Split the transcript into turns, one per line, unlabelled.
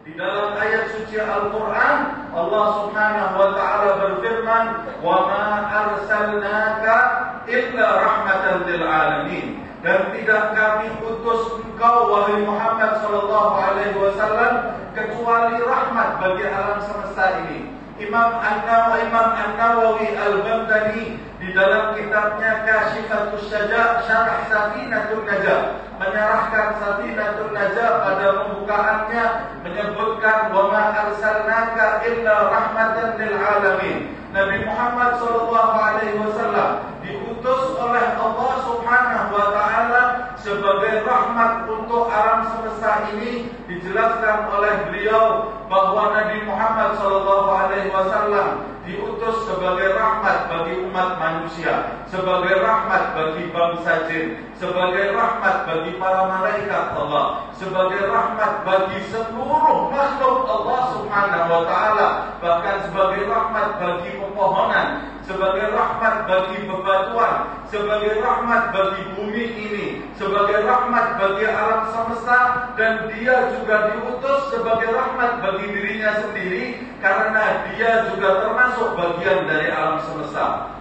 Di dalam ayat suci Al-Quran, Allah Subhanahu wa Ta'ala berfirman, "Wa ma arsalnaka illa rahmatan lil alamin." Dan tidak kami utus engkau wahai Muhammad sallallahu alaihi wasallam kecuali rahmat bagi alam semesta ini. Imam An-Nawawi Al-Baghdadi di dalam kitabnya Kashifatus Syaja' Syarah Safinatun Najah menyerahkan Safinatun Najah pada pembukaannya menyebutkan wa ma arsalnaka illa rahmatan lil alamin. Nabi Muhammad sallallahu alaihi wasallam diutus oleh Allah Subhanahu wa Ta'ala sebagai rahmat untuk alam semesta ini. Dijelaskan oleh beliau bahwa Nabi Muhammad sallallahu alaihi wasallam diutus sebagai rahmat bagi umat manusia, sebagai rahmat bagi bangsa jin, sebagai rahmat bagi para malaikat Allah, sebagai rahmat bagi seluruh makhluk Allah Subhanahu wa Ta'ala, bahkan sebagai rahmat bagi pepohonan, sebagai rahmat bagi bebatuan, sebagai rahmat bagi bumi ini, sebagai rahmat bagi alam semesta. Dan dia juga diutus sebagai rahmat bagi dirinya sendiri, karena dia juga termasuk bagian dari alam semesta.